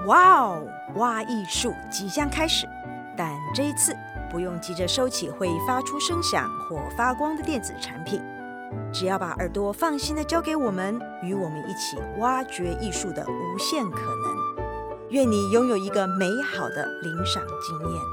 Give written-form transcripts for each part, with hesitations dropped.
哇哦，挖艺术即将开始，但这一次不用急着收起会发出声响或发光的电子产品，只要把耳朵放心的交给我们，与我们一起挖掘艺术的无限可能。愿你拥有一个美好的领赏经验。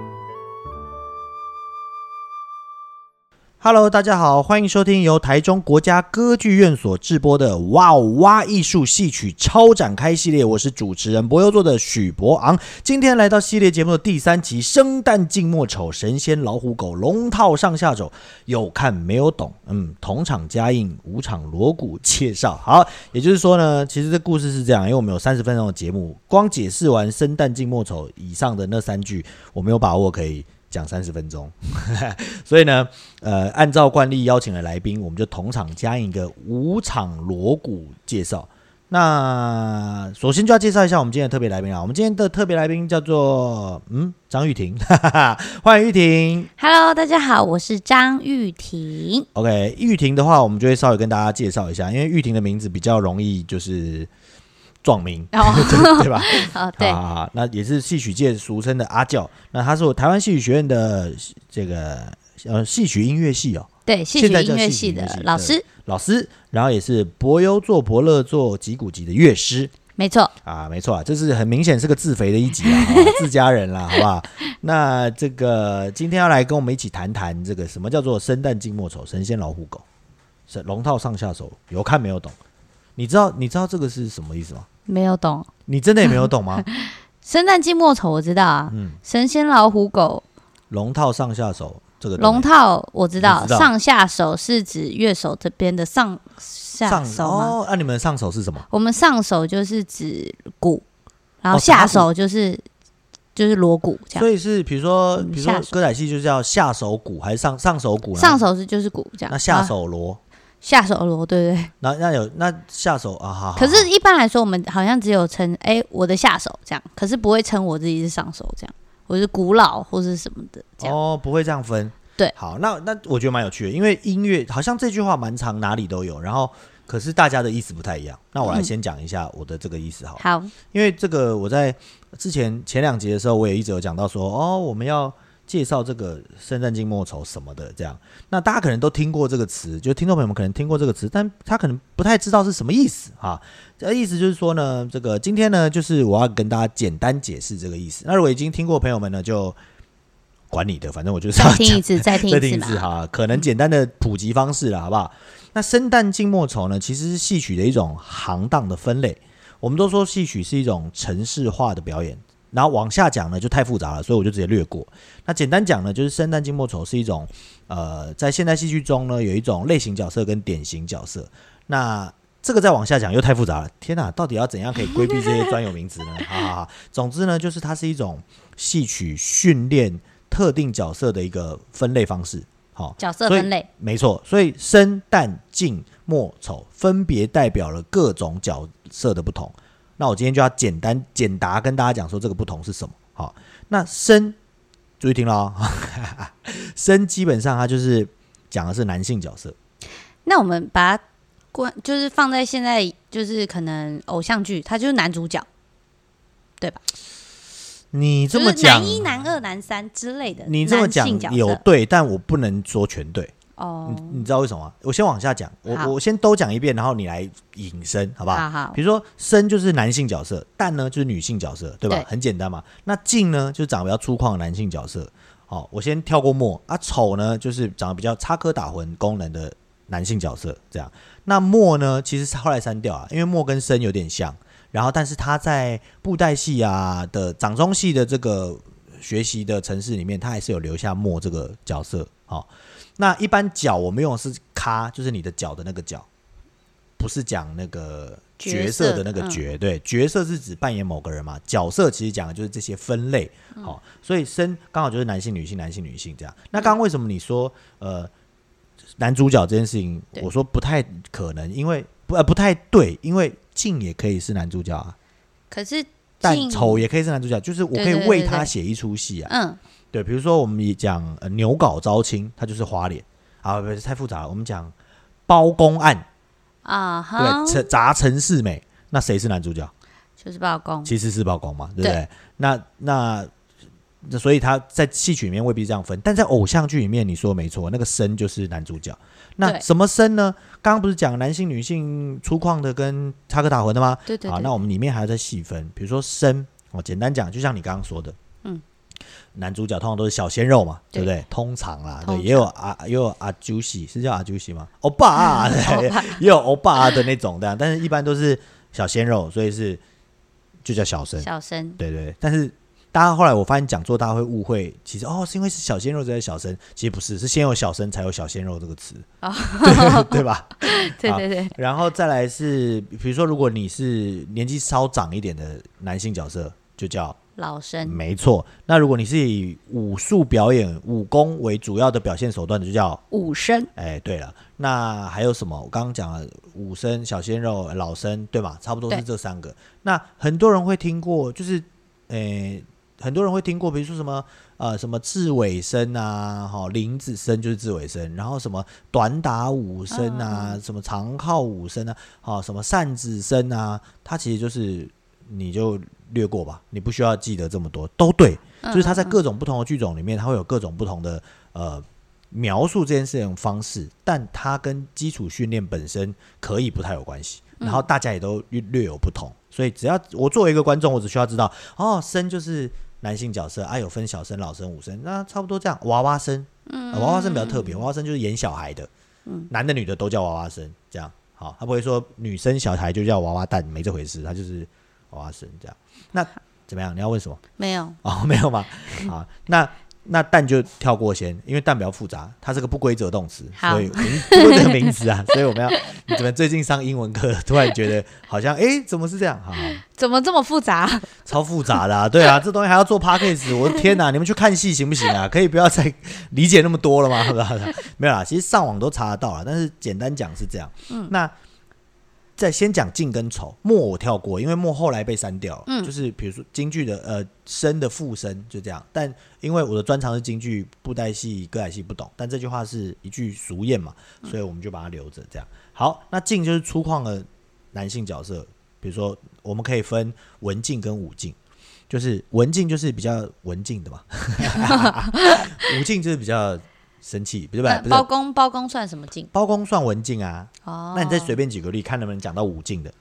Hello， 大家好，欢迎收听由台中国家歌剧院所制播的哇哦哇艺术戏曲超展开系列，我是主持人博优座的许博昂。今天来到系列节目的第3集，生旦净末丑，神仙老虎狗，龙套上下手，有看没有懂？同场加映，5场锣鼓介绍。好，也就是说呢，其实这故事是这样，因为我们有30分钟的节目，光解释完生旦净末丑以上的那3句，我没有把握可以讲30分钟，所以呢，按照惯例邀请了来宾，我们就同场加一个5场锣鼓介绍。那首先就要介绍一下我们今天的特别来宾啊，我们今天的特别来宾叫做张玉婷，欢迎玉婷。 Hello， 大家好，我是张玉婷。 OK， 玉婷的话，我们就会稍微跟大家介绍一下，因为玉婷的名字比较容易就是撞名，对吧？ 对那也是戏曲界俗称的阿教。那他是我台湾戏曲学院的这个戏曲音乐系哦， 对，戏曲音乐系的老师， 然后也是博优座、伯乐座、击鼓集的乐师。 没错啊，没错啊，这是很明显是个自肥的一集啊，自家人啦，好不好？那这个今天要来跟我们一起谈谈这个什么叫做生旦净末丑，神仙老虎狗，龙套上下手，有看没有懂？你知道这个是什么意思吗？ 没有懂。 你真的也没有懂吗？ 生旦净末丑我知道啊，神仙老虎狗， 龙套上下手，这个龙套我知道，上下手是指乐手这边的上下手吗？ 你们上手是什么？ 我们上手就是指鼓，然后下手就是锣鼓这样。 所以是比如说歌仔戏就是叫下手鼓还是上手鼓？ 上手就是鼓这样。 那下手锣？ 下手锣，对对。 那下手啊，好。 可是，一般来说，我们好像只有称我的下手这样，可是不会称我自己是上手这样，我是鼓老或是什么的这样。 不会这样分。 对， 好，那我觉得蛮有趣的，因为音乐好像这句话蛮长，哪里都有，然后可是大家的意思不太一样。那我来先讲一下我的这个意思好了。 好， 因为这个我在前2集的时候，我也一直有讲到说，我们要介绍这个生旦净末丑什么的，这样，那大家可能都听过这个词，就听众朋友们可能听过这个词，但他可能不太知道是什么意思啊。这意思就是说呢，这个今天呢，就是我要跟大家简单解释这个意思。那如果已经听过的朋友们呢，就管你的，反正我就是要再听一次哈，可能简单的普及方式啦，好不好？那生旦净末丑呢，其实是戏曲的一种行当的分类。我们都说戏曲是一种程式化的表演。然后往下讲呢就太复杂了，所以我就直接略过。那简单讲呢，就是生旦净末丑是一种在现代戏剧中呢有一种类型角色跟典型角色。那这个再往下讲又太复杂了，天哪，到底要怎样可以规避这些专有名词呢？好，总之呢，就是它是一种戏曲训练特定角色的一个分类方式。好， 角色分类没错。所以生旦净末丑分别代表了各种角色的不同。那我今天就要简答跟大家讲说这个不同是什么。好，那生注意听了哦，生基本上它就是讲的是男性角色。 那我们把它就是放在现在就是可能偶像剧，它就是男主角，对吧？ 你这么讲， 就是男1、男2、男3之类的， 你这么讲有对，但我不能说全对。你知道为什么吗？我先往下讲，我先都讲一遍，然后你来引申，好不好？ 好。 比如说生就是男性角色，旦呢就是女性角色，对吧？很简单嘛。那净呢就是长得比较粗犷的男性角色。好，我先跳过末啊。丑呢就是长得比较插科打诨功能的男性角色，这样。那末呢其实是后来删掉啊，因为末跟生有点像，然后但是他在布袋戏啊的掌中戏的这个学习的程式里面，他还是有留下末这个角色。好。那一般角我们用的是咖，就是你的角的那个角，不是讲那个角色的那个角。对，角色是指扮演某个人嘛，角色其实讲的就是这些分类。所以生刚好就是男性、女性、男性、女性这样。那刚刚为什么你说男主角这件事情，我说不太可能，因为不太对，因为净也可以是男主角啊， 可是但丑也可以是男主角，就是我可以为他写一出戏啊。对，比如说我们也讲牛皋招亲，它就是花脸啊，不是太复杂了。我们讲包公案啊，对，砸陈世美，那谁是男主角？ 就是包公， 其实是包公嘛，对不对？那所以他在戏曲里面未必这样分，但在偶像剧里面你说没错，那个生就是男主角。那什么生呢？刚刚不是讲男性女性粗犷的跟插科打诨的吗？ 对对对。 好，那我们里面还要再细分，比如说生，我简单讲，就像你刚刚说的，男主角通常都是小鲜肉嘛，对不对？通常啦，对，也有阿朱喜，是叫阿朱喜吗？欧巴啊，也有欧巴的那种的，但是一般都是小鲜肉，所以就叫小生。 小生， 对对，但是。大家后来我发现讲座大家会误会，其实是因为是小鲜肉才小生，其实不是，是先有小生才有小鲜肉这个词，对吧？ 对对对。 然后再来是，比如说如果你是年纪稍长一点的男性角色，就叫老生， 没错。那如果你是以武术表演、武功为主要的表现手段的，就叫武生。 哎，对了，那还有什么？我刚刚讲了武生、小鲜肉、老生，对吧？差不多是这3个。那很多人会听过，就是很多人会听过，比如说什么智尾生啊，林子生就是智尾生，然后什么短打武生啊，什么长靠武生啊，什么扇子生啊，它其实就是你就略过吧，你不需要记得这么多，都对，就是它在各种不同的剧种里面，它会有各种不同的描述这件事情的方式，但它跟基础训练本身可以不太有关系，然后大家也都略有不同，所以只要我作为一个观众，我只需要知道生就是男性角色啊，有分小生、老生、武生，那差不多这样。娃娃生，娃娃生比较特别，娃娃生就是演小孩的，男的女的都叫娃娃生，这样好，他不会说女生小孩就叫娃娃蛋，没这回事，他就是娃娃生这样。那怎么样？你要问什么？ 没有没有吗？好，那蛋就跳过先，因为蛋比较复杂，它是个不规则动词，所以不规则名词啊，所以我们要你怎么最近上英文课，突然觉得好像怎么是这样？好， 怎么这么复杂？ 超复杂的对啊，这东西还要做 podcast， 我的天哪！你们去看戏行不行啊？可以不要再理解那么多了吗？没有啦，其实上网都查得到啦，但是简单讲是这样。那再先讲净跟丑，墨我跳过，因为墨后来被删掉了。就是比如说京剧的生的复生就这样，但因为我的专长是京剧、布袋戏、歌仔戏不懂，但这句话是一句俗谚嘛，所以我们就把它留着这样。好，那净就是粗犷的男性角色，比如说我们可以分文静跟武静，就是文静就是比较文静的嘛，武静就是比较生气，不是包公算什么静？ 包公算文静啊。那你再随便举个例，看能不能讲到武静的。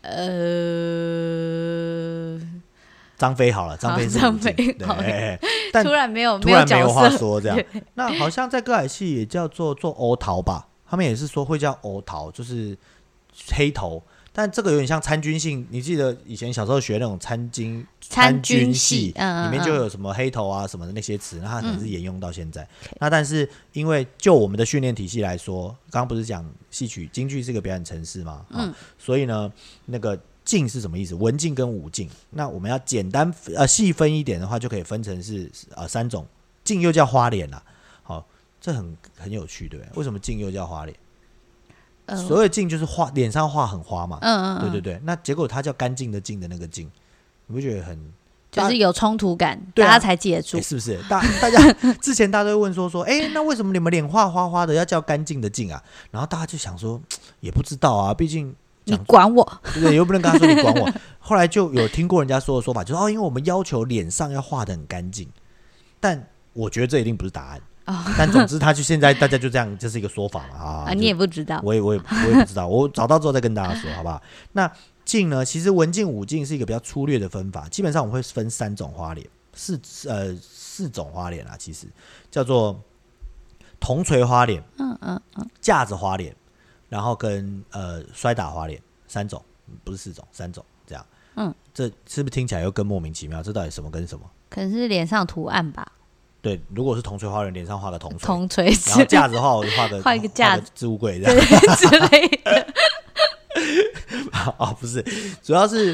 张飞好了，张飞是武静，对，但突然没有话说这样。那好像在歌仔戏也叫做欧头吧，他们也是说会叫欧头，就是黑头。但这个有点像参军戏，你记得以前小时候学那种参军戏，里面就有什么黑头啊什么的那些词，那它可能是沿用到现在。那但是因为就我们的训练体系来说，刚刚不是讲戏曲京剧是个表演程式吗？所以呢，那个静是什么意思？文静跟武静。那我们要简单细分一点的话，就可以分成是3种。静又叫花脸啦，好，这很有趣，对不对？为什么静又叫花脸？所谓净就是脸上画很花嘛，对对对，那结果它叫干净的净的那个净，你不觉得很就是有冲突感，大家才记得住， 是不是？大家之前大家都会问说，那为什么你们脸画花花的要叫干净的净啊？然后大家就想说，也不知道啊，毕竟你管我， 对不对？又不能跟他说你管我。后来就有听过人家说的说法，就是因为我们要求脸上要画得很干净，但我觉得这一定不是答案。但总之他就现在大家就这样，这是一个说法嘛你也不知道， 我也不知道，我找到之后再跟大家说好不好？那净呢，其实文净武净是一个比较粗略的分法，基本上我们会分3种花脸，四种花脸啊，其实叫做铜锤花脸、架子花脸，然后跟摔打花脸，3种，不是4种，3种这样。这是不是听起来又更莫名其妙？这到底什么跟什么？ 可能是脸上图案吧。对， 如果是铜锤花脸，脸上画个铜锤， 然后架子的话，我就画一个架子置物柜这样之类的。 不是，主要是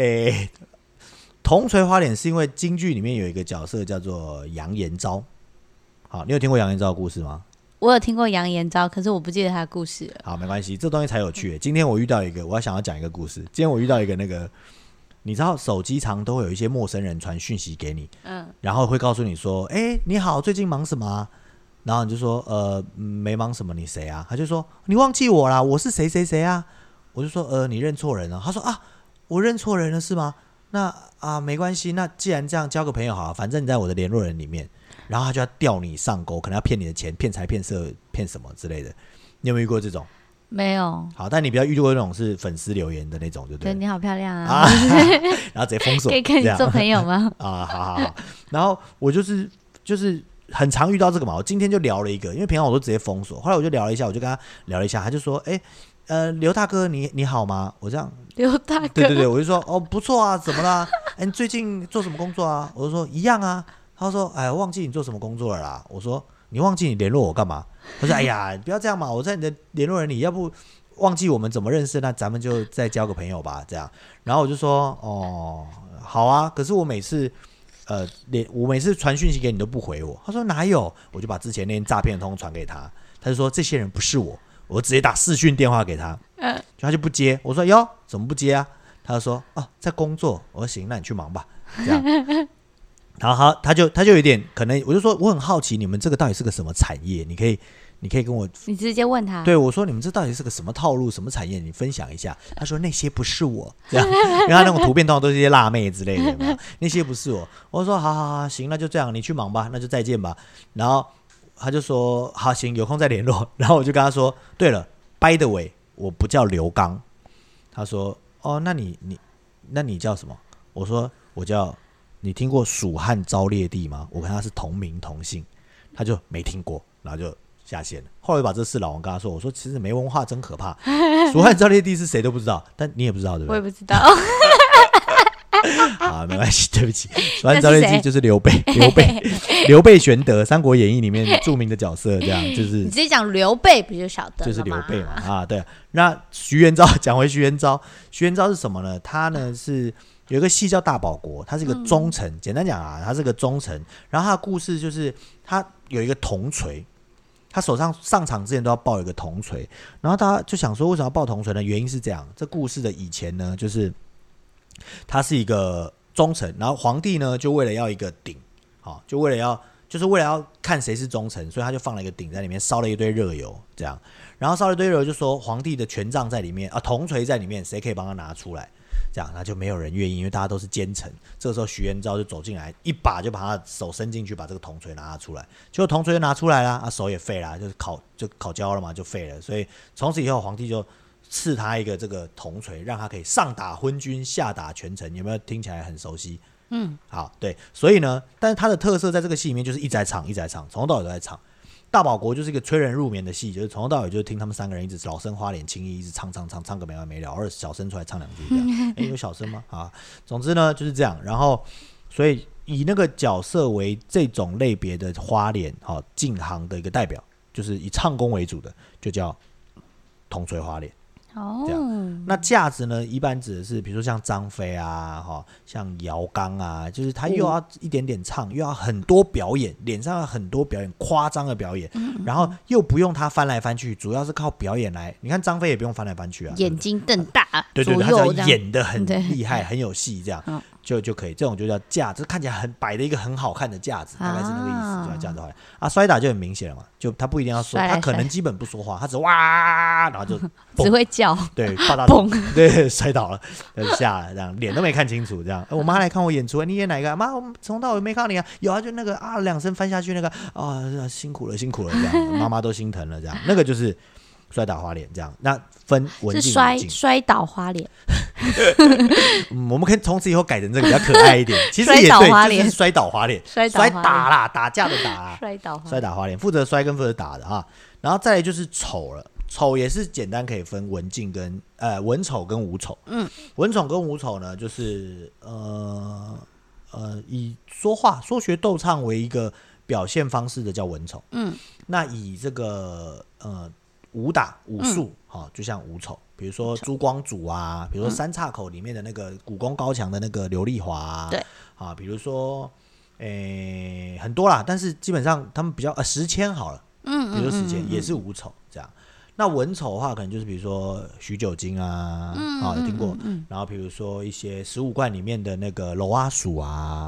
铜锤花脸是因为京剧里面有一个角色叫做杨延昭。好，你有听过杨延昭的故事吗？ 我有听过杨延昭，可是我不记得他的故事了。 好，没关系，这东西才有趣。今天我遇到一个，我想要讲一个故事。今天我遇到一个那个。你知道手机常都会有一些陌生人传讯息给你，然后会告诉你说，你好，最近忙什么啊？然后你就说，没忙什么，你谁啊？他就说，你忘记我啦，我是谁谁谁啊？我就说，你认错人了。他说我认错人了是吗？那没关系，那既然这样交个朋友好了，反正你在我的联络人里面，然后他就要钓你上钩，可能要骗你的钱，骗财骗色骗什么之类的。你有没有遇过这种？ 没有。 好，但你不要遇过那种是粉丝留言的那种，对不对？ 对，你好漂亮啊！ 然后直接封锁， 可以跟你做朋友吗？ 好。然后我就是很常遇到这个嘛。我今天就聊了一个，因为平常我都直接封锁，后来我就聊了一下，我就跟他聊了一下，他就说：“刘大哥你好吗？”我这样， 刘大哥， 对，我就说：“哦，不错啊，怎么啦？你最近做什么工作啊？”我就说：“一样啊。”他说：“忘记你做什么工作了啦。”我说：“你忘记你联络我干嘛？”他说：“哎呀，不要这样嘛，我在你的联络人里，要不忘记我们怎么认识，那咱们就再交个朋友吧。”这样，然后我就说：“哦，好啊。”可是我每次传讯息给你都不回我。他说：“哪有？”我就把之前那些诈骗通传给他，他就说：“这些人不是我。”我直接打视讯电话给他，他就不接。我说：“哟，怎么不接啊？”他就说：“在工作。”我说：“行，那你去忙吧。”这样。然后他就有点可能，我就说我很好奇你们这个到底是个什么产业，你可以跟我， 你直接问他。 对，我说你们这到底是个什么套路，什么产业，你分享一下。他说那些不是我，这样，因为他那种图片通常都是一些辣妹之类的，那些不是我。我说好，行，那就这样，你去忙吧，那就再见吧。然后他就说好，行，有空再联络。然后我就跟他说，对了 ，by the way， 我不叫刘刚。他说那你叫什么？我说我叫。你听过蜀汉昭烈帝吗？我跟他是同名同姓，他就没听过，然后就下线了。后来把这事老王跟他说，我说其实没文化真可怕。蜀汉昭烈帝是谁都不知道，但你也不知道对不对？ 我也不知道。 好，没关系，对不起。蜀汉昭烈帝就是刘备玄德，《三国演义》里面著名的角色，这样就是你直接讲刘备不就晓得了吗？ 就是刘备嘛对。那徐元昭，讲回徐元昭是什么呢？他呢是。有一个戏叫大保国，他是一个忠臣，简单讲他是个忠臣。然后他的故事就是他有一个铜锤，他手上上场之前都要抱一个铜锤。然后大家就想说，为什么要抱铜锤呢？原因是这样，这故事的以前呢，就是他是一个忠臣，然后皇帝呢就为了要一个鼎，就是为了要看谁是忠臣，所以他就放了一个鼎在里面，烧了一堆热油，这样。然后烧了一堆热油，就说皇帝的权杖在里面铜锤在里面，谁可以帮他拿出来？这样，那就没有人愿意，因为大家都是奸臣。这个时候，徐元昭就走进来，一把就把他的手伸进去，把这个铜锤拿出来。结果铜锤就拿出来了，手也废了，就是烤焦了嘛，就废了。所以从此以后，皇帝就赐他一个这个铜锤，让他可以上打昏君，下打权臣。有没有听起来很熟悉？好，对。所以呢，但是他的特色在这个戏里面就是一直在唱，从头到尾都在唱。大保国就是一个催人入眠的戏，就是从头到尾就是听他们三个人一直老生花脸青衣，一直唱个没完没了，偶尔小生出来唱两句这样。有小生吗？总之呢就是这样。然后，所以以那个角色为这种类别的花脸进行的一个代表，就是以唱功为主的，就叫铜锤花脸。这样，那架子呢？一般指的是，比如说像张飞像姚刚就是他又要一点点唱，又要很多表演，脸上要很多表演，夸张的表演，然后又不用他翻来翻去，主要是靠表演来。你看张飞也不用翻来翻去眼睛瞪大， 对，他只要演得很厉害，很有戏，这样就可以。这种就叫架子，看起来摆的一个很好看的架子，大概是那个意思，就叫架子花脸。摔打就很明显了嘛，就他不一定要说，他可能基本不说话，他只哇，然后就只会叫， 对，啪嗒砰，对，摔倒了，下了，这样脸都没看清楚，这样。我妈来看我演出，你演哪个？妈，我从头到尾没看到你啊。有就那个两声翻下去那个辛苦了，这样，妈妈都心疼了，这样。那个就是摔打花脸，这样。那分文静武静， 摔倒花脸。 我们可以从此以后改成这个比较可爱一点。其实也对，就是摔倒花脸，摔打啦，打架的打，摔打花脸，负责摔跟负责打的然后再来就是丑了。丑也是简单可以分文静跟文丑跟武丑。文丑跟武丑呢，就是以说话、说学逗唱为一个表现方式的叫文丑。那以这个武打武术就像武丑，比如说朱光祖比如说三岔口里面的那个武功高强的那个刘丽华对比如说很多啦，但是基本上他们比较石阡好了，比如说石阡也是武丑这样。那文丑的话，可能就是比如说徐九金有听过。然后比如说一些15贯里面的那个娄阿鼠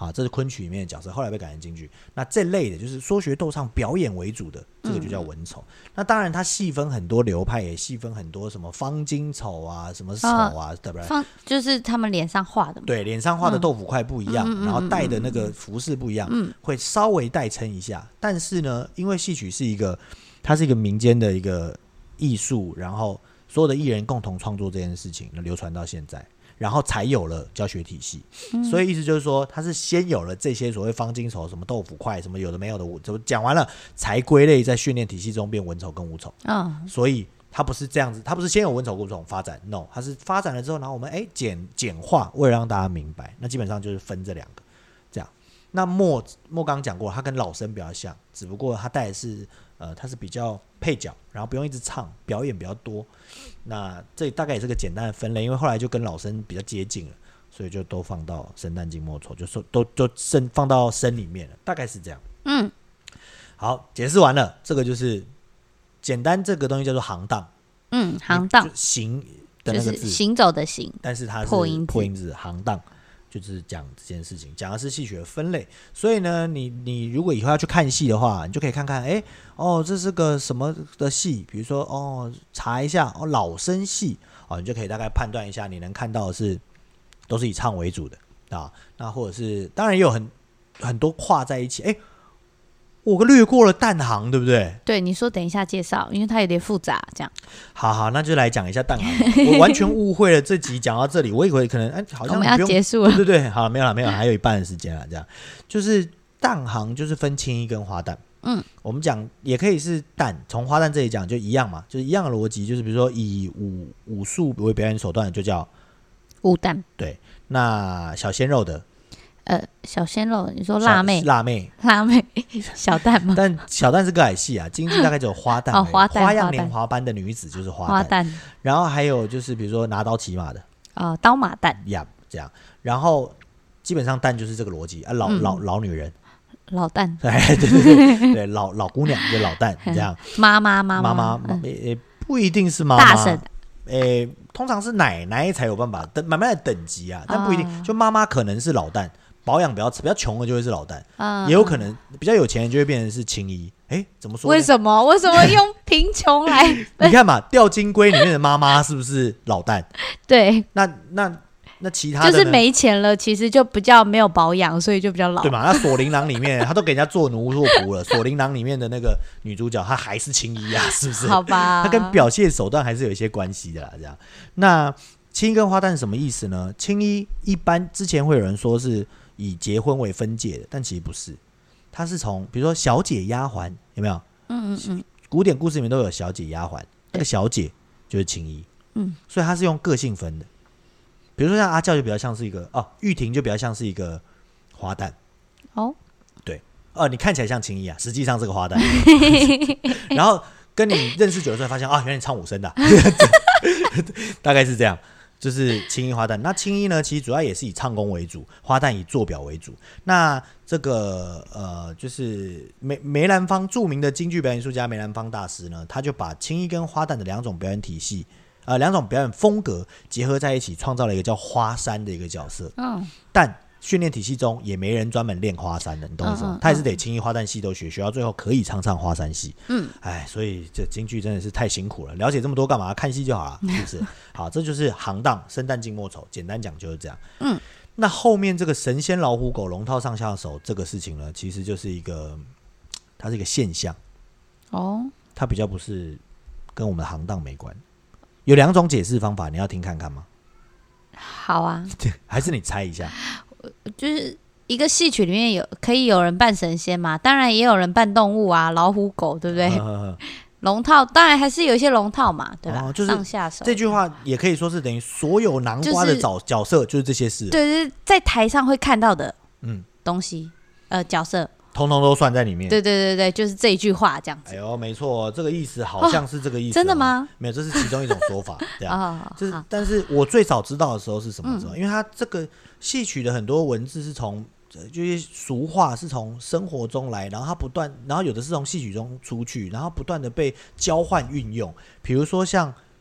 好，这是昆曲里面的角色，后来被改成京剧。那这类的就是说学逗唱表演为主的，这个就叫文丑。那当然它细分很多流派，也细分很多什么方巾丑啊，什么丑啊，对不对？ 就是他们脸上画的嘛， 对，脸上画的豆腐块不一样，然后戴的那个服饰不一样，会稍微代称一下。但是呢，因为戏曲是它是一个民间的一个艺术，然后所有的艺人共同创作这件事情，流传到现在。然后才有了教学体系，所以意思就是说，它是先有了这些所谓方巾丑、什么豆腐块、什么有的没有的，怎么讲完了，才归类在训练体系中变文丑跟武丑。所以它不是这样子，它不是先有文丑跟武丑发展 ，no， 它是发展了之后，然后我们简化，为了让大家明白，那基本上就是分这两个这样。那莫刚刚讲过，它跟老生比较像，只不过它带的是它是比较配角，然后不用一直唱，表演比较多。那这大概也是个简单的分类，因为后来就跟老生比较接近了，所以就都放到生旦净末丑，就放到生里面了，大概是这样。好，解释完了，这个就是简单，这个东西叫做行当。行当行的那个字， 就是行走的行， 但是它是破音字，行当。就是讲这件事情，讲的是戏曲的分类，所以呢，你如果以后要去看戏的话，你就可以看看，这是个什么的戏，比如说查一下老生戏你就可以大概判断一下，你能看到的都是以唱为主的啊，那或者是当然也有很多跨在一起，我略过了旦行，对不对？ 对，你说等一下介绍，因为它有点复杂，这样。 好，那就来讲一下旦行。我完全误会了，这集讲到这里，我以为可能好像我们要结束了。 对，好了，没有了，还有一半的时间了。这样就是旦行，就是分青衣跟花旦。我们讲也可以是旦，从花旦这里讲就一样嘛，就是一样的逻辑，就是比如说以武术为表演手段的就叫武旦。 对，那小鲜肉的。 小鲜肉，你说辣妹，小旦吗？ 但小旦是歌仔戏啊，京剧大概只有花旦， 花旦， 花样年华般的女子就是花旦。然后还有就是比如说拿刀骑马的， 刀马旦呀，这样。然后基本上旦就是这个逻辑啊，老女人， 老旦， 对，老姑娘就老旦这样。 妈妈， 不一定是妈妈， 大婶。 通常是奶奶才有办法慢慢的等级啊，但不一定，就妈妈可能是老旦，保养比较穷的就会是老旦，也有可能比较有钱的就会变成是青衣。怎么说呢？ 为什么用贫穷来？ 你看嘛，《吊金龟》里面的妈妈是不是老旦？ 对， 那其他的就是没钱了，其实就比较没有保养，所以就比较老， 对嘛？那《锁麟囊》里面，他都给人家做奴做仆了，《锁麟囊》里面的那个女主角，她还是青衣啊，是不是？ 好吧， 她跟表现手段还是有一些关系的啦。这样，那青衣跟花旦是什么意思呢？青衣一般之前会有人说是以结婚为分界的，但其实不是，它是从比如说小姐丫鬟有没有？古典故事里面都有小姐丫鬟，那个小姐就是青衣，所以它是用个性分的。比如说像阿教就比较像是一个玉婷就比较像是一个花旦对你看起来像青衣啊，实际上是个花旦然后跟你认识久了之后发现原来你唱武生的大概是这样，就是青衣花旦。那青衣呢，其实主要也是以唱功为主，花旦以做表为主。那这个就是梅兰芳著名的京剧表演艺术家梅兰芳大师呢，他就把青衣跟花旦的两种表演体系两种表演风格结合在一起，创造了一个叫花山的一个角色。但训练体系中也没人专门练花山的，你懂我意思吗？他也是得青衣花旦戏都学到最后可以唱花山戏。所以这京剧真的是太辛苦了，了解这么多干嘛？看戏就好了，是不是？好，这就是行当，生旦净末丑，简单讲就是这样。那后面这个神仙老虎狗龙套上下手这个事情呢，其实就是它是一个现象。它比较不是跟我们的行当没关。有两种解释方法，你要听看看吗？ 好啊， 还是你猜一下？ 就是一个戏曲里面可以有人扮神仙嘛，当然也有人扮动物啊，老虎狗，对不对？龙套当然还是有一些龙套嘛，对吧？就是上下手这句话也可以说是等于所有南瓜的角色就是这些事， 对，在台上会看到的东西，角色。 通通都算在里面。 对，就是这一句话这样子。 没错，这个意思好像是这个意思。 真的吗？ 没有，这是其中一种说法。这样但是我最早知道的时候是什么时候？因为它这个戏曲的很多文字是从就是俗话是从生活中来，然后有的是从戏曲中出去，然后不断的被交换运用。比如说像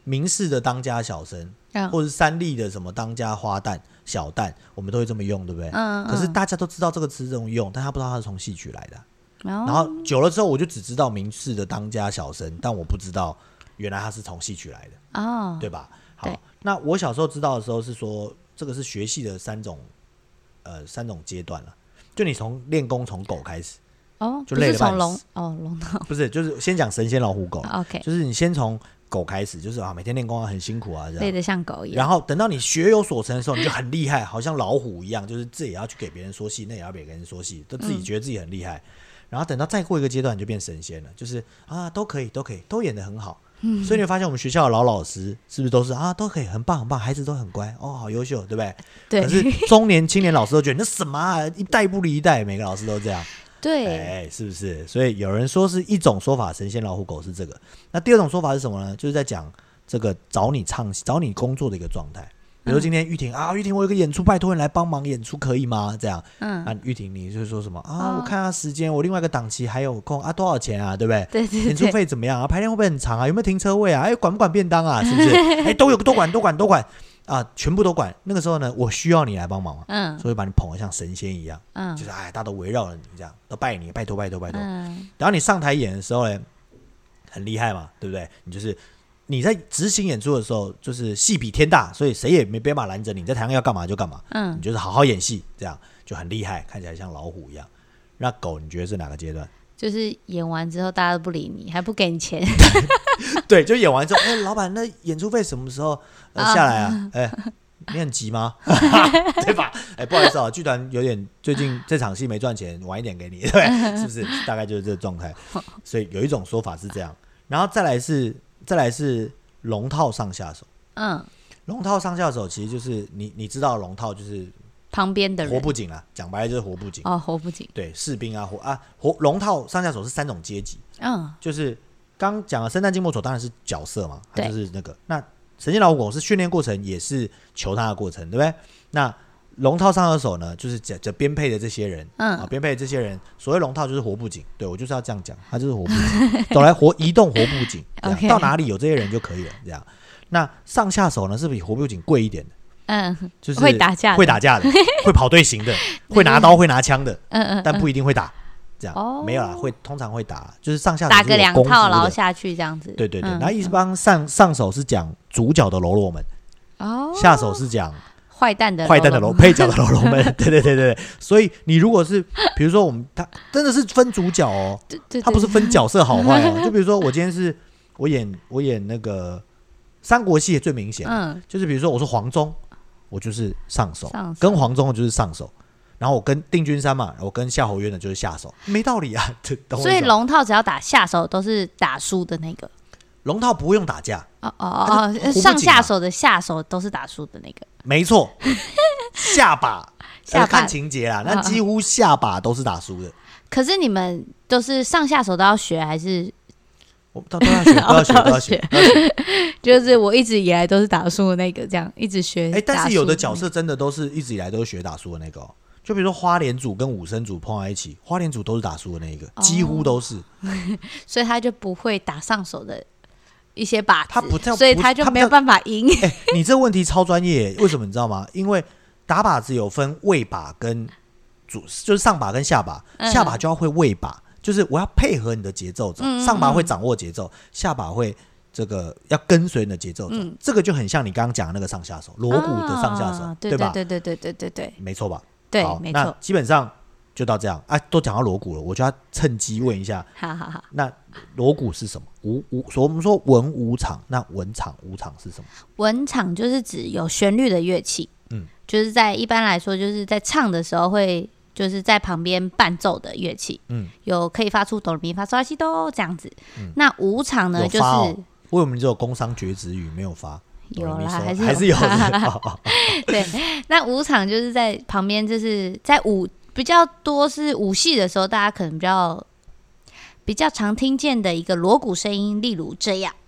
明式的当家小声，或者是三立的什么当家花旦、小旦，我们都会这么用，对不对？可是大家都知道这个词这种用，但他不知道它是从戏曲来的。然后久了之后，我就只知道明式的当家小生，但我不知道原来它是从戏曲来的，对吧？好，那我小时候知道的时候是说，这个是学戏的三种阶段了。就你从练功从狗开始，就累了半死。 龙套不是，就是先讲神仙老虎狗。 OK， 就是你先从狗开始，就是每天练功很辛苦啊，这样累得像狗一样。 然后等到你学有所成的时候，你就很厉害，好像老虎一样，就是这也要去给别人说戏，那也要给别人说戏，都自己觉得自己很厉害。然后等到再过一个阶段，你就变神仙了，就是都可以，都演得很好。所以你会发现我们学校的老师是不是都是都可以，很棒很棒，孩子都很乖好优秀，对不对？ 对。 可是中年青年老师都觉得那什么一代不如一代，每个老师都这样。 对， 是不是？所以有人说是一种说法，神仙老虎狗是这个。那第二种说法是什么呢？就是在讲这个找你工作的一个状态。比如今天玉婷玉婷，我有个演出，拜托你来帮忙演出，可以吗？这样，玉婷你就说什么我看下时间，我另外一个档期还有空多少钱啊？对不对？ 对， 演出费怎么样啊？排练会不会很长啊？有没有停车位啊？管不管便当啊？是不是？都管全部都管。那个时候呢，我需要你来帮忙嘛，所以把你捧得像神仙一样，就是大家都围绕着你这样，都拜你，拜托。然后你上台演的时候呢，很厉害嘛，对不对？你就是。你在执行演出的时候，就是戏比天大，所以谁也没办法拦着你，在台上要干嘛就干嘛。你就是好好演戏，这样就很厉害，看起来像老虎一样。那狗，你觉得是哪个阶段？ 就是演完之后大家都不理你，还不给你钱。 对，就演完之后，老板，那演出费什么时候下来啊？你很急吗？对吧？不好意思剧团有点最近这场戏没赚钱，晚一点给你，对，是不是？大概就是这个状态。所以有一种说法是这样，然后再来是龙套上下手。龙套上下手其实就是你知道龙套就是旁边的人， 活布景啦，讲白了就是活布景。 活布景。 对，士兵龙套上下手是3种阶级。就是刚讲的生旦净末丑当然是角色嘛，它就是那个。那神仙老虎狗是训练过程，也是求他的过程，对不对？那龙套上下手呢，就是这编配的这些人，编配的这些人，所谓龙套就是活布景，对，我就是要这样讲，他就是活布景，走来移动活布景，到哪里有这些人就可以了，这样。那上下手呢是比活布景贵一点的，就是会打架的， 会跑队形的，会拿刀会拿枪的，但不一定会打，这样没有啦，通常会打，就是上下手打个2套然后下去这样子， 对。那一般上手是讲主角的喽啰们，下手是讲坏蛋的配角的喽啰们，对。所以你如果是比如说他真的是分主角他不是分角色好坏就比如说我今天是我演那个三国戏最明显，就是比如说我是黄忠，我就是上手，跟黄忠就是上手，然后我跟定军山嘛，我跟夏侯渊的就是下手，没道理啊。 所以龙套只要打下手都是打输的那个。 龙套不用打架上下手的下手都是打输的那个， 没错。下把看情节啦，那几乎下把都是打输的。 可是你们都是上下手都要学还是？ 都要学。 就是我一直以来都是打输的那个，这样一直学。 但是有的角色真的都是一直以来都是学打输的那个就比如说花脸组跟武生组碰在一起，花脸组都是打输的那一个，几乎都是。 所以他就不会打上手的一些把子，所以他就没有办法赢。 你这问题超专业，为什么你知道吗？因为打把子有分位把跟就是上把跟下把，下把就要会位把，就是我要配合你的节奏走，上把会掌握节奏，下把会这个要跟随你的节奏走，这个就很像你刚刚讲的那个上下手，锣鼓的上下手，对吧？ 对， 没错吧？ 对，没错。 那基本上就到这样都讲到锣鼓了，我就要趁机问一下， 好， 那锣鼓是什么？我们说文武场，那文场武场是什么？ 文场就是指有旋律的乐器，就是在一般来说就是在唱的时候会就是在旁边伴奏的乐器，有可以发出哆来咪发嗦拉西哆这样子。那武场呢，就是为什么只有工商绝子语没有发？ 有啦， 还是有对，那武场就是在旁边，就是在比较多是武戏的时候，大家可能比较常听见的一个锣鼓声音，例如这样。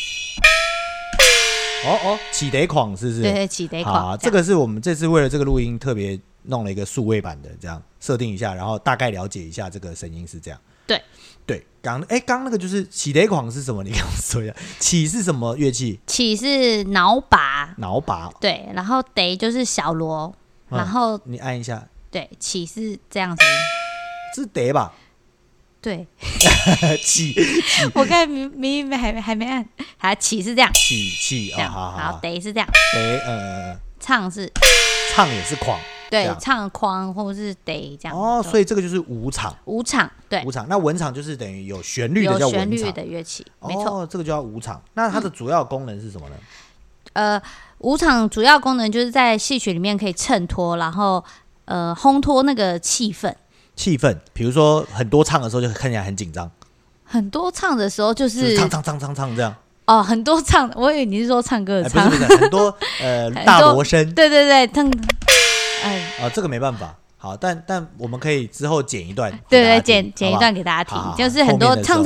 起得狂是不是？ 对，起得狂。 这个是我们这次为了这个录音特别弄了一个数位版的，这样设定一下，然后大概了解一下这个声音是这样。 对对，刚那个就是起得狂是什么？你跟我说一下，起是什么乐器？ 起是脑把， 脑把。 对，然后得就是小锣，然后你按一下， 对，起是这样子， 是得吧？ 对， 起， 我刚才明明还没按，还起是这样， 起这样， 好， 然后得是这样， 得唱是唱也是狂， 对，唱框或是得这样。 哦，所以这个就是舞场。 舞场，对， 舞场。那文场就是等于有旋律的叫文场， 有旋律的乐器，没错。 这个就叫舞场。那它的主要功能是什么呢？ 舞场主要功能就是在戏曲里面可以衬托，然后烘托那个气氛。 气氛，比如说很多唱的时候就看起来很紧张， 很多唱的时候就是唱这样。 哦，很多唱，我以为你是说唱歌的唱， 不是很多大锣声， 对，唱， 这个没办法。好，但我们可以之后剪一段， 对，剪一段给大家听，就是很多唱，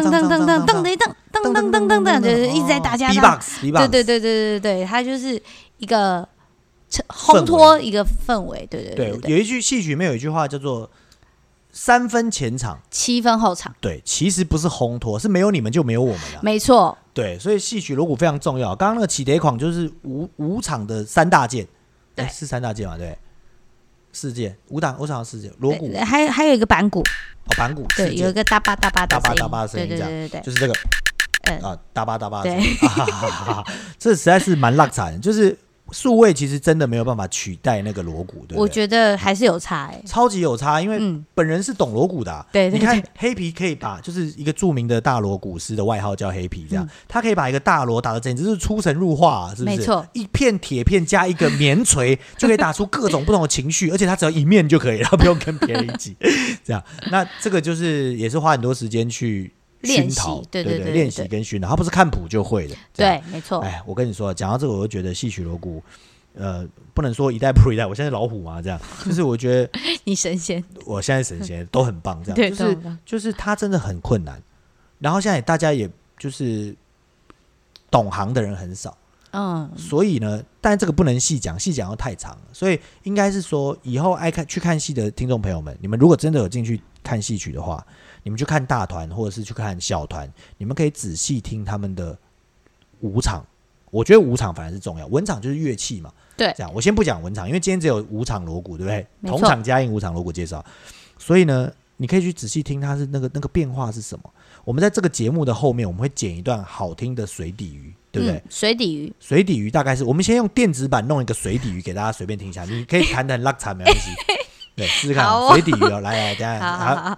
就是一直在大家对，它就是一个烘托一个氛围，对。 有一句戏曲里面有一句话叫做3分前场 ，7分后场。 对，其实不是烘托，是没有你们就没有我们了。 没错。 对，所以戏曲锣鼓非常重要。刚刚那个起得狂就是舞场的3大件，对，是3大件嘛？对，4件，舞场4件，锣鼓， 还有一个板鼓， 板鼓， 对，有一个哒吧哒吧的声音，对，就是这个，哒吧的声音，这实在是蛮落惨的，就是数位其实真的没有办法取代那个锣鼓，对不对？ 我觉得还是有差超级有差，因为本人是懂锣鼓的， 对， 你看黑皮可以把就是一个著名的大锣鼓师的外号叫黑皮，这样他可以把一个大锣打得简直是出神入化，是不是？ 没错， 一片铁片加一个棉锤就可以打出各种不同的情绪，而且他只要一面就可以了，不用跟别人一起这样。那这个就是也是花很多时间去练习，对， 练习跟熏陶，他不是看谱就会的。 对，没错。 哎，我跟你说，讲到这个，我就觉得戏曲锣鼓，不能说一代不如一代，我现在老虎嘛，这样，就是我觉得你神仙， 我现在神仙都很棒，这样， 对， 就是他真的很困难，然后现在大家也就是懂行的人很少，所以呢，但这个不能细讲，细讲又太长了，所以应该是说，以后去看戏的听众朋友们，你们如果真的有进去看戏曲的话，你们去看大团或者是去看小团，你们可以仔细听他们的舞场。我觉得舞场反而是重要，文场就是乐器嘛。 对， 这样我先不讲文场，因为今天只有舞场锣鼓，对不对？ 没错， 同场加映舞场锣鼓介绍，所以呢，你可以去仔细听它是那个变化是什么。我们在这个节目的后面，我们会剪一段好听的水底鱼，对不对？ 水底鱼， 水底鱼大概是我们先用电子版弄一个水底鱼给大家随便听一下，你可以弹得很拉惨没关系。对，试试看水底鱼哦，来，等一下，好。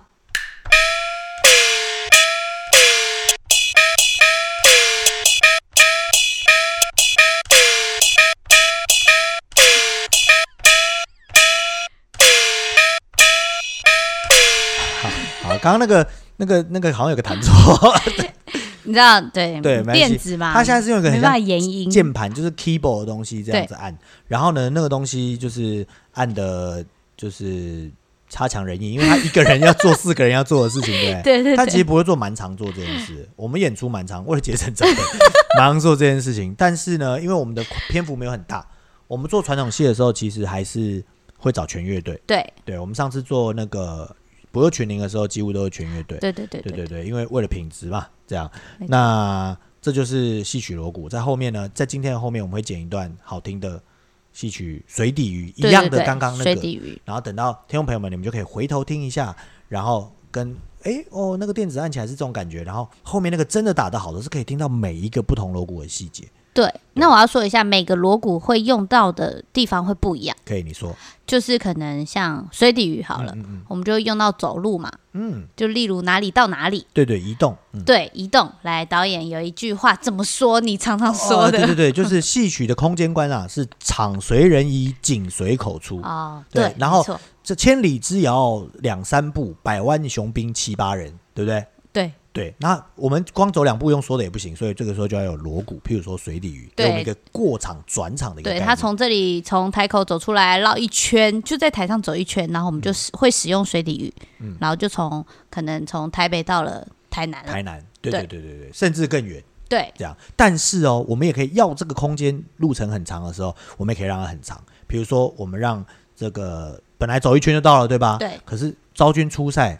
刚刚那个好像有个弹错， 你知道对电子嘛？ 它现在是用一个很像延音键盘，就是 keyboard 的东西这样子按，然后呢，那个东西就是按的，就是差强人意，因为他一个人要做4个人要做的事情，对，他其实不会做蛮常做这件事。我们演出蛮常，为了节省成本，蛮常做这件事情。但是呢，因为我们的篇幅没有很大，我们做传统戏的时候，其实还是会找全乐队。对，我们上次做那个不用全龄的时候，几乎都是全乐队。对，因为为了品质嘛，这样。那这就是戏曲锣鼓，在后面呢，在今天的后面，我们会剪一段好听的戏曲水底鱼，一样的刚刚那个水底鱼，然后等到听众朋友们，你们就可以回头听一下，然后跟那个电子按起来是这种感觉，然后后面那个真的打得好的是可以听到每一个不同锣鼓的细节。 对，那我要说一下，每个锣鼓会用到的地方会不一样。 可以，你说。 就是可能像水底鱼好了，我们就会用到走路嘛，就例如哪里到哪里， 对，移动， 对，移动。来，导演有一句话怎么说？你常常说的， 对，就是戏曲的空间观啊，是场随人移，景随口出。对，然后这千里之遥2、3步，百万雄兵7、8人，对不对？对，那我们光走2步用说的也不行，所以这个时候就要有锣鼓，譬如说水底鱼，给我们一个过场转场的一个概念。 对，他从这里从台口走出来绕一圈，就在台上走一圈，然后我们就会使用水底鱼，然后就可能从台北到了台南。对，甚至更远。对，这样。但是我们也可以要这个空间路程很长的时候，我们也可以让它很长。比如说，我们让这个本来走一圈就到了，对吧？对。可是昭君出塞。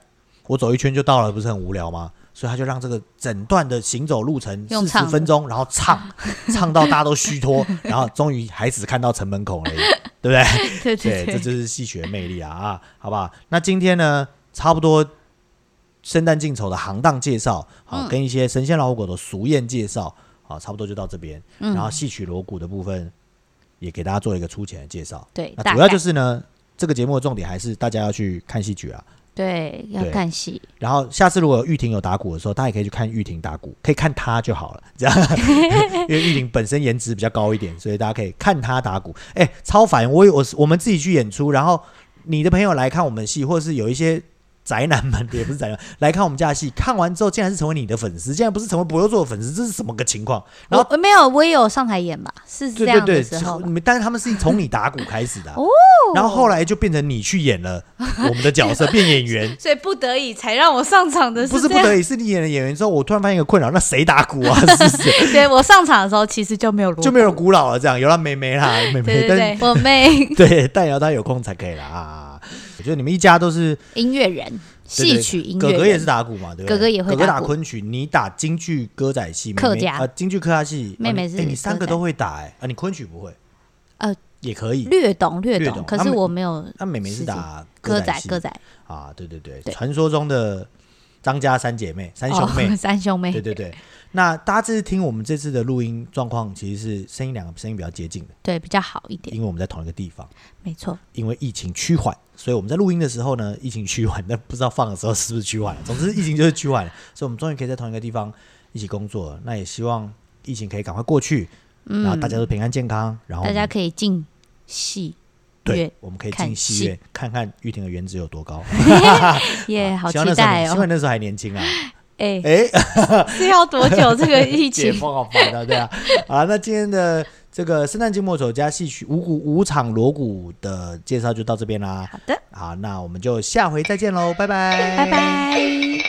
我走一圈就到了，不是很无聊吗？所以他就让这个整段的行走路程40分钟，然后唱到大家都虚脱，然后终于孩子看到城门口了，对不对？ 对对对，这就是戏曲的魅力啊！好不好？那今天呢，差不多圣诞净筹的行当介绍，跟一些神仙老虎狗的俗谚介绍，差不多就到这边。然后戏曲锣鼓的部分也给大家做一个粗浅的介绍。 对， 那主要就是呢，这个节目的重点还是大家要去看戏曲啊。 对，要看戏。然后下次如果玉婷有打鼓的时候，大家也可以去看玉婷打鼓，可以看她就好了，这样，因为玉婷本身颜值比较高一点，所以大家可以看她打鼓。超烦！我们自己去演出，然后你的朋友来看我们戏，或者是有一些宅男们，也不是宅男来看我们家的戏，看完之后竟然是成为你的粉丝，竟然不是成为博优座的粉丝，这是什么个情况？然后没有，我也有上台演吧，是这样的时候。 对，但是他们是从你打鼓开始的，然后后来就变成你去演了我们的角色，变演员， 所以不得已才让我上场的。 不是不得已，是你演了演员之后，我突然发现一个困扰，那谁打鼓啊？是不是？ 对，我上场的时候其实就没有鼓佬了，这样有了妹妹啦，妹妹， 对，我妹， 对，但要她有空才可以啦啊！我觉得你们一家都是音乐人。戏曲音乐人， 哥哥也是打鼓嘛，对不对？ 哥哥也会打鼓， 哥哥打昆曲，你打京剧歌仔戏， 客家京剧客家戏， 妹妹是你3个都会打你昆曲不会？也可以， 略懂，可是我没有。 那妹妹是打歌仔啊，对，传说中的张家三姐妹、三兄妹， 三兄妹， 对。那大家这次听我们这次的录音状况，其实是两个声音比较接近的， 对，比较好一点， 因为我们在同一个地方， 没错。 因为疫情趋缓，所以我们在录音的时候呢，疫情趋缓，但不知道放的时候是不是趋缓了。总之，疫情就是趋缓了，所以我们终于可以在同一个地方一起工作了。那也希望疫情可以赶快过去，然后大家都平安健康，然后大家可以进戏对，我们可以进戏院看看玉婷的颜值有多高。 耶，好期待哦！ 希望那时候还年轻啊。 是要多久这个疫情？ 解封好烦的，对啊。好，那今天的这个圣诞节末首加戏曲五场锣鼓的介绍就到这边啦。 好的， 好，那我们就下回再见喽，拜拜， 拜拜。